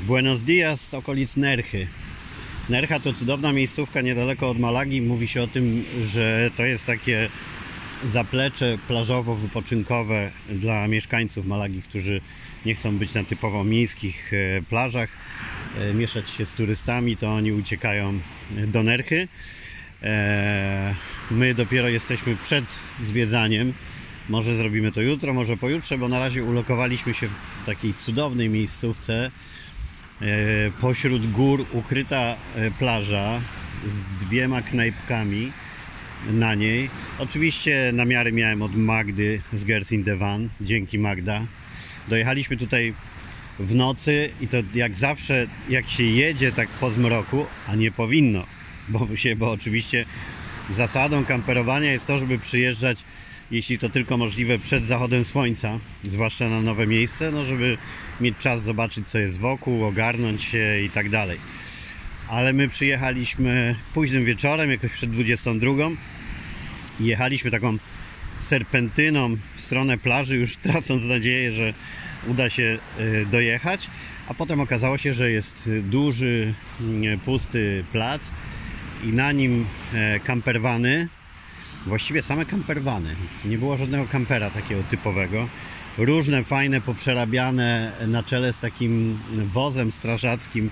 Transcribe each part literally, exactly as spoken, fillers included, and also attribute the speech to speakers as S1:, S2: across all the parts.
S1: Buenos dias z okolic Nerchy. Nercha to cudowna miejscówka niedaleko od Malagi. Mówi się o tym, że to jest takie zaplecze plażowo-wypoczynkowe dla mieszkańców Malagi, którzy nie chcą być na typowo miejskich plażach, mieszać się z turystami, to oni uciekają do Nerchy. My dopiero jesteśmy przed zwiedzaniem. Może zrobimy to jutro, może pojutrze, bo na razie ulokowaliśmy się w takiej cudownej miejscówce pośród gór, ukryta plaża z dwiema knajpkami na niej. Oczywiście namiary miałem od Magdy z Girls in the Van, dzięki Magda. Dojechaliśmy tutaj w nocy i to jak zawsze, jak się jedzie tak po zmroku, a nie powinno, bo, się, bo oczywiście zasadą kamperowania jest to, żeby przyjeżdżać, jeśli to tylko możliwe, przed zachodem słońca, zwłaszcza na nowe miejsce, no żeby mieć czas zobaczyć, co jest wokół, ogarnąć się i tak dalej. Ale my przyjechaliśmy późnym wieczorem, jakoś przed dwudziestą drugą i jechaliśmy taką serpentyną w stronę plaży, już tracąc nadzieję, że uda się dojechać, a potem okazało się, że jest duży, pusty plac i na nim campervany. Właściwie same campervany. Nie było żadnego kampera takiego typowego. Różne fajne, poprzerabiane na czele z takim wozem strażackim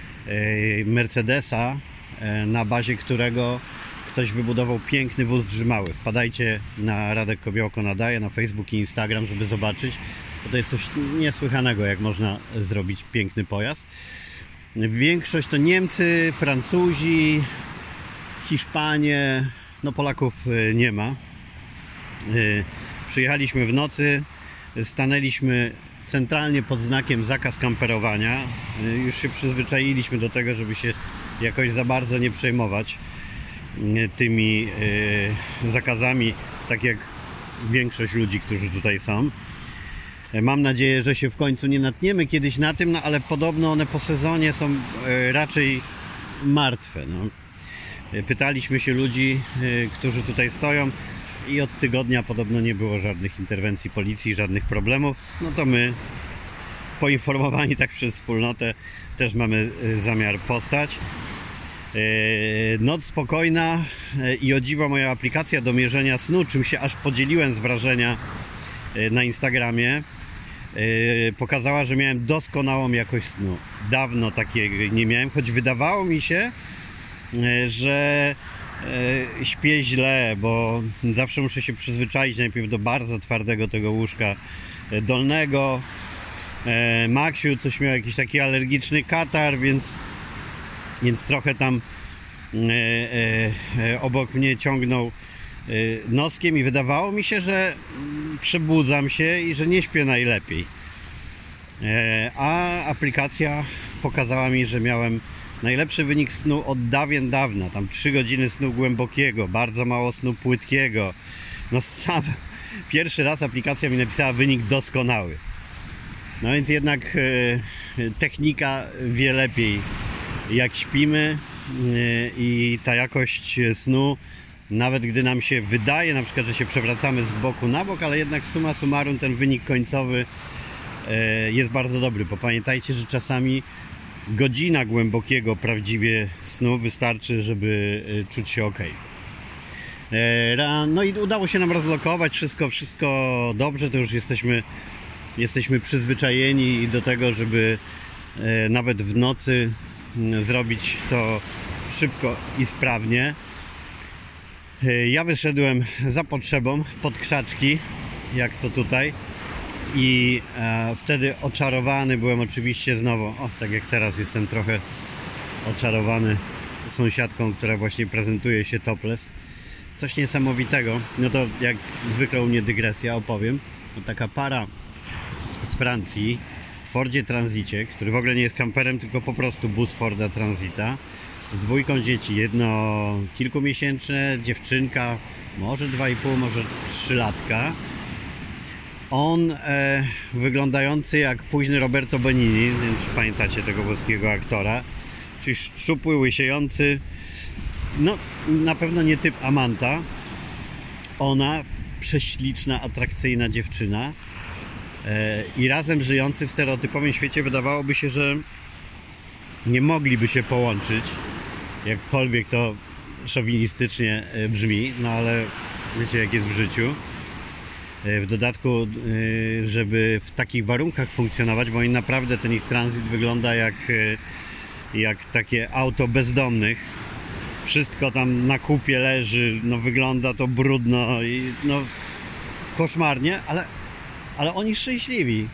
S1: Mercedesa, na bazie którego ktoś wybudował piękny wóz drzymały. Wpadajcie na Radek Kobiołko nadaje na Facebook i Instagram, żeby zobaczyć. Bo to jest coś niesłychanego, jak można zrobić piękny pojazd. Większość to Niemcy, Francuzi, Hiszpanie. No Polaków nie ma. Przyjechaliśmy w nocy, stanęliśmy centralnie pod znakiem zakaz kamperowania. Już się przyzwyczailiśmy do tego, żeby się jakoś za bardzo nie przejmować tymi zakazami, tak jak większość ludzi, którzy tutaj są. Mam nadzieję, że się w końcu nie natniemy kiedyś na tym, no ale podobno one po sezonie są raczej martwe. No. Pytaliśmy się ludzi, którzy tutaj stoją i od tygodnia podobno nie było żadnych interwencji policji, żadnych problemów. No to my, poinformowani tak przez wspólnotę, też mamy zamiar postać. Noc spokojna i o dziwo moja aplikacja do mierzenia snu, czym się aż podzieliłem z wrażenia na Instagramie, pokazała, że miałem doskonałą jakość snu. Dawno takiej nie miałem, choć wydawało mi się, że śpię źle, bo zawsze muszę się przyzwyczaić najpierw do bardzo twardego tego łóżka dolnego. Maksiu coś miał jakiś taki alergiczny katar, więc, więc trochę tam obok mnie ciągnął noskiem i wydawało mi się, że przebudzam się i że nie śpię najlepiej. A aplikacja pokazała mi, że miałem najlepszy wynik snu od dawien dawna, tam trzy godziny snu głębokiego, bardzo mało snu płytkiego. No sam pierwszy raz aplikacja mi napisała wynik doskonały. No więc jednak e, technika wie lepiej, jak śpimy, e, i ta jakość snu, nawet gdy nam się wydaje na przykład, że się przewracamy z boku na bok, ale jednak summa summarum ten wynik końcowy e, jest bardzo dobry, bo pamiętajcie, że czasami godzina głębokiego prawdziwie snu wystarczy, żeby czuć się ok. No i udało się nam rozlokować wszystko, wszystko dobrze, to już jesteśmy, jesteśmy przyzwyczajeni do tego, żeby nawet w nocy zrobić to szybko i sprawnie. Ja wyszedłem za potrzebą pod krzaczki, jak to tutaj. I e, wtedy oczarowany byłem oczywiście znowu, o tak jak teraz jestem trochę oczarowany sąsiadką, która właśnie prezentuje się topless. Coś niesamowitego, no to jak zwykle u mnie dygresja, opowiem. No, taka para z Francji w Fordzie Transicie, który w ogóle nie jest kamperem, tylko po prostu bus Forda Transita, z dwójką dzieci, jedno kilkumiesięczne, dziewczynka, może dwa i pół, może trzylatka. On e, wyglądający jak późny Roberto Benigni, nie wiem czy pamiętacie tego włoskiego aktora, czyli szczupły, łysiejący, no na pewno nie typ Amanta. Ona prześliczna, atrakcyjna dziewczyna, e, i razem żyjący w stereotypowym świecie wydawałoby się, że nie mogliby się połączyć, jakkolwiek to szowinistycznie brzmi, no ale wiecie jak jest w życiu. W dodatku, żeby w takich warunkach funkcjonować, bo oni naprawdę ten ich tranzyt wygląda jak, jak takie auto bezdomnych. Wszystko tam na kupie leży, no wygląda to brudno i no koszmarnie, ale, ale oni szczęśliwi.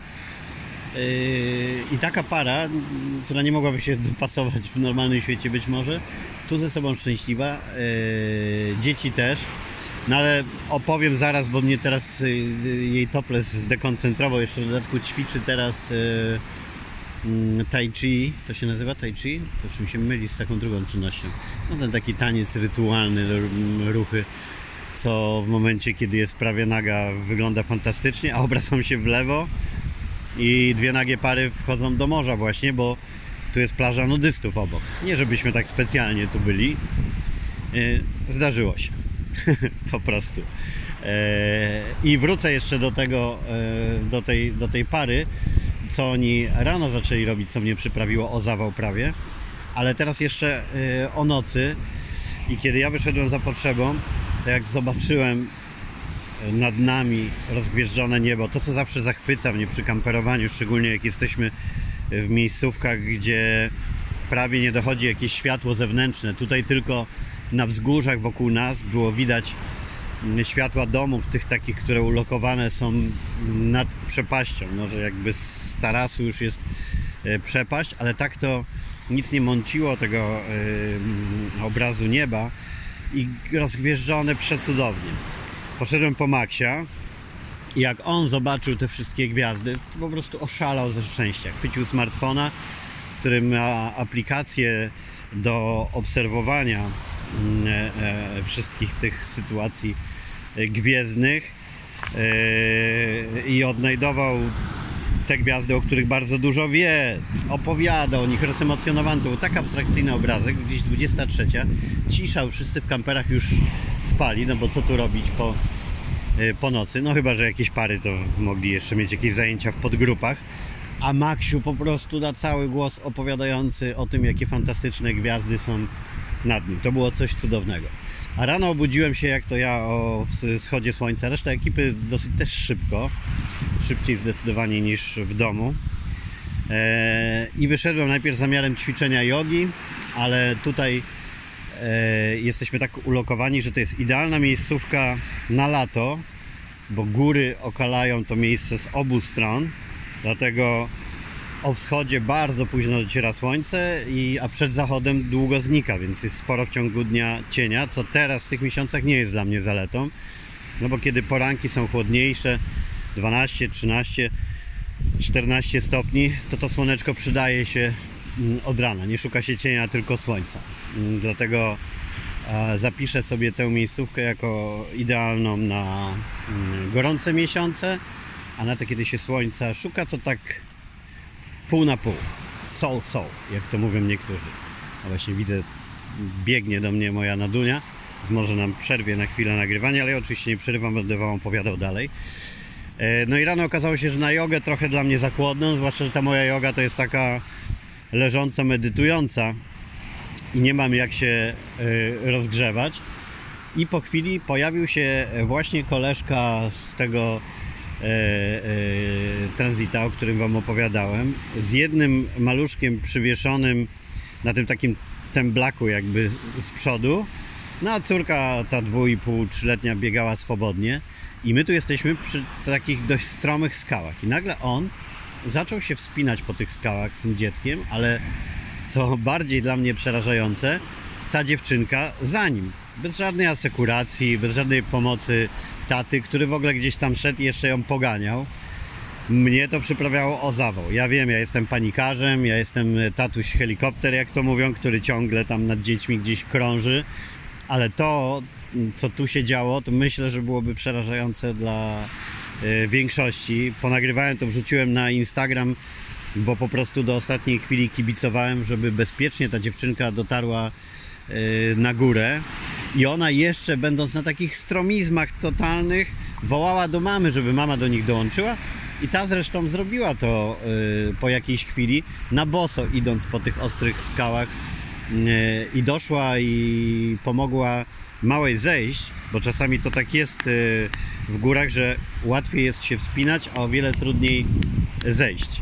S1: I taka para, która nie mogłaby się dopasować w normalnym świecie być może, tu ze sobą szczęśliwa, dzieci też. No ale opowiem zaraz, bo mnie teraz jej topless zdekoncentrował, jeszcze w dodatku ćwiczy teraz tai chi, to się nazywa tai chi? To czym się myli z taką drugą czynnością. No ten taki taniec rytualny, ruchy, co w momencie, kiedy jest prawie naga, wygląda fantastycznie, a obracam się w lewo i dwie nagie pary wchodzą do morza właśnie, bo tu jest plaża nudystów obok. Nie żebyśmy tak specjalnie tu byli. Zdarzyło się. Po prostu. I wrócę jeszcze do tego, do tej, do tej pary, co oni rano zaczęli robić, co mnie przyprawiło o zawał prawie. Ale teraz jeszcze o nocy i kiedy ja wyszedłem za potrzebą, to jak zobaczyłem nad nami rozgwieżdżone niebo, to co zawsze zachwyca mnie przy kamperowaniu, szczególnie jak jesteśmy w miejscówkach, gdzie prawie nie dochodzi jakieś światło zewnętrzne. Tutaj tylko na wzgórzach wokół nas było widać światła domów, tych takich, które ulokowane są nad przepaścią. No, że jakby z tarasu już jest przepaść, ale tak to nic nie mąciło tego yy, obrazu nieba i rozgwieżdżone przecudownie. Poszedłem po Maxia i jak on zobaczył te wszystkie gwiazdy, to po prostu oszalał ze szczęścia. Chwycił smartfona, który ma aplikację do obserwowania e, e, wszystkich tych sytuacji gwiezdnych e, i odnajdował te gwiazdy, o których bardzo dużo wie, opowiada o nich, rozemocjonowany. To był tak abstrakcyjny obrazek, gdzieś dwudziesta trzecia, cisza, wszyscy w kamperach już spali, no bo co tu robić po, po nocy, no chyba że jakieś pary to mogli jeszcze mieć jakieś zajęcia w podgrupach, a Maksiu po prostu na cały głos opowiadający o tym, jakie fantastyczne gwiazdy są nad nim. To było coś cudownego. A rano obudziłem się, jak to ja, o wschodzie słońca. Reszta ekipy dosyć też szybko, szybciej zdecydowanie niż w domu. Eee, I wyszedłem najpierw z zamiarem ćwiczenia jogi, ale tutaj e, jesteśmy tak ulokowani, że to jest idealna miejscówka na lato, bo góry okalają to miejsce z obu stron, dlatego o wschodzie bardzo późno dociera słońce, i, a przed zachodem długo znika, więc jest sporo w ciągu dnia cienia, co teraz w tych miesiącach nie jest dla mnie zaletą, no bo kiedy poranki są chłodniejsze, dwanaście, trzynaście, czternaście stopni, to to słoneczko przydaje się od rana, nie szuka się cienia, tylko słońca. Dlatego zapiszę sobie tę miejscówkę jako idealną na gorące miesiące, a na te, kiedy się słońca szuka, to tak pół na pół, so, so, jak to mówią niektórzy. A właśnie widzę, biegnie do mnie moja Nadunia, więc może nam przerwie na chwilę nagrywanie, ale ja oczywiście nie przerywam, będę wam opowiadał dalej. No i rano okazało się, że na jogę trochę dla mnie za chłodno, zwłaszcza, że ta moja joga to jest taka leżąca, medytująca i nie mam jak się rozgrzewać. I po chwili pojawił się właśnie koleżka z tego e, e, tranzyta, o którym wam opowiadałem, z jednym maluszkiem przywieszonym na tym takim temblaku jakby z przodu, no a córka ta dwu i pół, trzyletnia biegała swobodnie. I my tu jesteśmy przy takich dość stromych skałach. I nagle on zaczął się wspinać po tych skałach z tym dzieckiem, ale co bardziej dla mnie przerażające, ta dziewczynka za nim. Bez żadnej asekuracji, bez żadnej pomocy taty, który w ogóle gdzieś tam szedł i jeszcze ją poganiał. Mnie to przyprawiało o zawał. Ja wiem, ja jestem panikarzem, ja jestem tatuś helikopter, jak to mówią, który ciągle tam nad dziećmi gdzieś krąży, ale to, co tu się działo, to myślę, że byłoby przerażające dla y, większości. Ponagrywałem to, wrzuciłem na Instagram, bo po prostu do ostatniej chwili kibicowałem, żeby bezpiecznie ta dziewczynka dotarła y, na górę. I ona jeszcze, będąc na takich stromizmach totalnych, wołała do mamy, żeby mama do nich dołączyła. I ta zresztą zrobiła to y, po jakiejś chwili, na boso idąc po tych ostrych skałach y, i doszła i pomogła małej zejść, bo czasami to tak jest y, w górach, że łatwiej jest się wspinać, a o wiele trudniej zejść.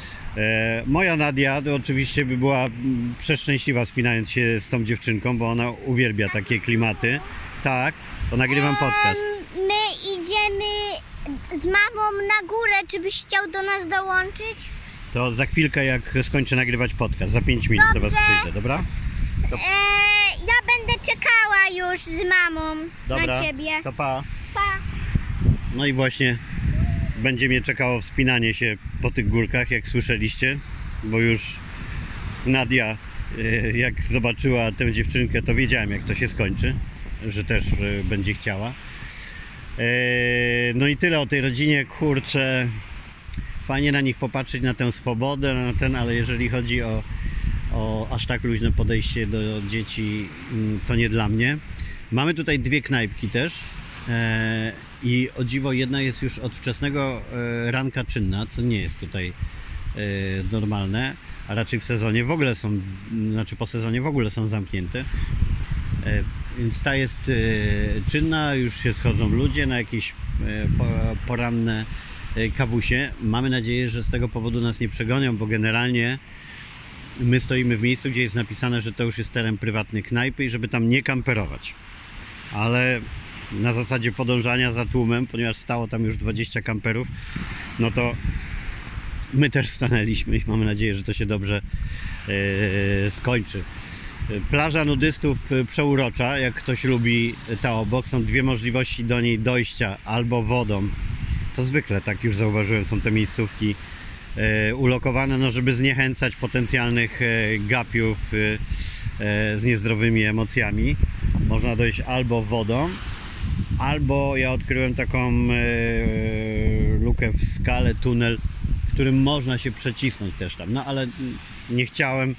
S1: E, moja Nadia to oczywiście by była przeszczęśliwa wspinając się z tą dziewczynką, bo ona uwielbia takie klimaty. Tak, to nagrywam podcast.
S2: Em, my idziemy z mamą na górę. Czy byś chciał do nas dołączyć?
S1: To za chwilkę, jak skończę nagrywać podcast, za pięć minut do was
S2: Dobrze.
S1: przyjdę, dobra? To,
S2: E, ja będę czekała już z mamą
S1: dobra,
S2: na ciebie.
S1: to pa.
S2: Pa.
S1: No i właśnie będzie mnie czekało wspinanie się po tych górkach, jak słyszeliście, bo już Nadia, y, jak zobaczyła tę dziewczynkę, to wiedziałem, jak to się skończy, że też y, będzie chciała. E, No i tyle o tej rodzinie, kurczę, fajnie na nich popatrzeć, na tę swobodę, na ten, ale jeżeli chodzi o, o aż tak luźne podejście do dzieci, mm, to nie dla mnie. Mamy tutaj dwie knajpki też e, i o dziwo jedna jest już od wczesnego e, ranka czynna, co nie jest tutaj e, normalne, a raczej w sezonie w ogóle są, znaczy po sezonie w ogóle są zamknięte. E, Więc ta jest e, czynna, już się schodzą ludzie na jakieś e, po, poranne e, kawusie. Mamy nadzieję, że z tego powodu nas nie przegonią, bo generalnie my stoimy w miejscu, gdzie jest napisane, że to już jest teren prywatny knajpy i żeby tam nie kamperować. Ale na zasadzie podążania za tłumem, ponieważ stało tam już dwadzieścia kamperów, no to my też stanęliśmy i mamy nadzieję, że to się dobrze e, skończy. Plaża nudystów przeurocza, jak ktoś lubi ta obok, są dwie możliwości do niej dojścia, albo wodą. To zwykle, tak już zauważyłem, są te miejscówki e, ulokowane, no żeby zniechęcać potencjalnych e, gapiów e, e, z niezdrowymi emocjami. Można dojść albo wodą, albo ja odkryłem taką e, lukę w skale, tunel, którym można się przecisnąć też tam, no ale nie chciałem,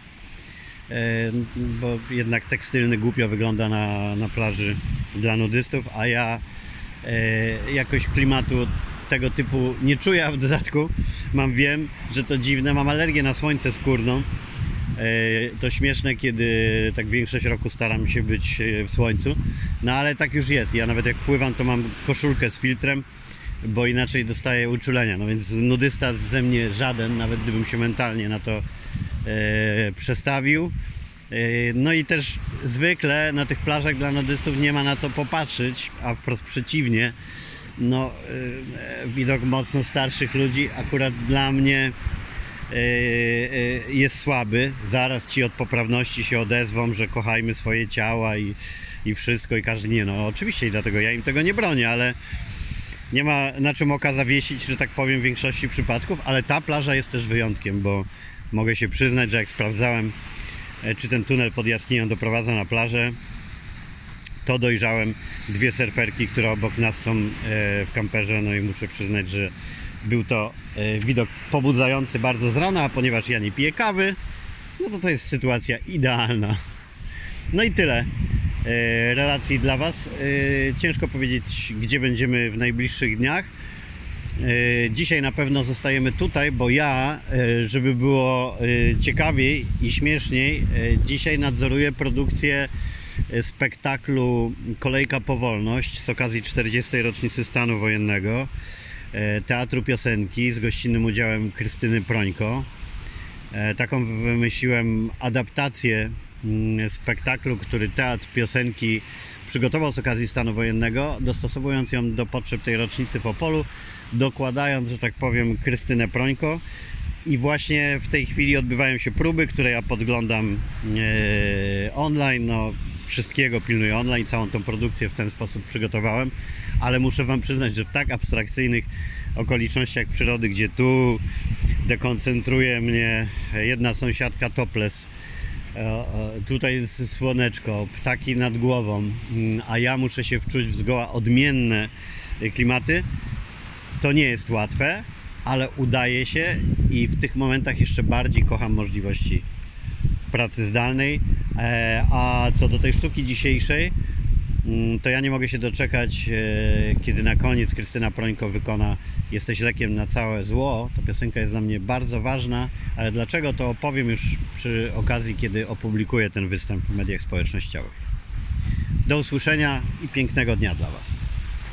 S1: bo jednak tekstylny głupio wygląda na, na plaży dla nudystów, a ja e, jakoś klimatu tego typu nie czuję, a w dodatku mam, wiem, że to dziwne, mam alergię na słońce skórną. E, to śmieszne, kiedy tak większość roku staram się być w słońcu, no ale tak już jest. Ja nawet jak pływam, to mam koszulkę z filtrem, bo inaczej dostaję uczulenia, no więc nudysta ze mnie żaden, nawet gdybym się mentalnie na to E, przestawił. E, no i też zwykle na tych plażach dla nudystów nie ma na co popatrzeć, a wprost przeciwnie, no e, widok mocno starszych ludzi akurat dla mnie e, e, jest słaby. Zaraz ci od poprawności się odezwą, że kochajmy swoje ciała i, i wszystko i każdy, nie, no oczywiście i dlatego ja im tego nie bronię, ale nie ma na czym oka zawiesić, że tak powiem, w większości przypadków, ale ta plaża jest też wyjątkiem, bo mogę się przyznać, że jak sprawdzałem, czy ten tunel pod jaskinią doprowadza na plażę, to dojrzałem dwie surferki, które obok nas są w kamperze, no i muszę przyznać, że był to widok pobudzający bardzo z rana, a ponieważ ja nie piję kawy, no to to jest sytuacja idealna. No i tyle relacji dla Was. Ciężko powiedzieć, gdzie będziemy w najbliższych dniach. Dzisiaj na pewno zostajemy tutaj, bo ja, żeby było ciekawiej i śmieszniej, dzisiaj nadzoruję produkcję spektaklu Kolejka po wolność z okazji czterdziestej rocznicy stanu wojennego, Teatru Piosenki z gościnnym udziałem Krystyny Prońko. Taką wymyśliłem adaptację spektaklu, który Teatr Piosenki przygotował z okazji stanu wojennego, dostosowując ją do potrzeb tej rocznicy w Opolu, dokładając, że tak powiem, Krystynę Prońko. I właśnie w tej chwili odbywają się próby, które ja podglądam e, online. No, wszystkiego pilnuję online, całą tą produkcję w ten sposób przygotowałem, ale muszę Wam przyznać, że w tak abstrakcyjnych okolicznościach przyrody, gdzie tu dekoncentruje mnie jedna sąsiadka topless, tutaj jest słoneczko, ptaki nad głową, a ja muszę się wczuć w zgoła odmienne klimaty, to nie jest łatwe, ale udaje się i w tych momentach jeszcze bardziej kocham możliwości pracy zdalnej. A co do tej sztuki dzisiejszej, to ja nie mogę się doczekać, kiedy na koniec Krystyna Prońko wykona Jesteś lekiem na całe zło. Ta piosenka jest dla mnie bardzo ważna, ale dlaczego, to opowiem już przy okazji, kiedy opublikuję ten występ w mediach społecznościowych. Do usłyszenia i pięknego dnia dla Was.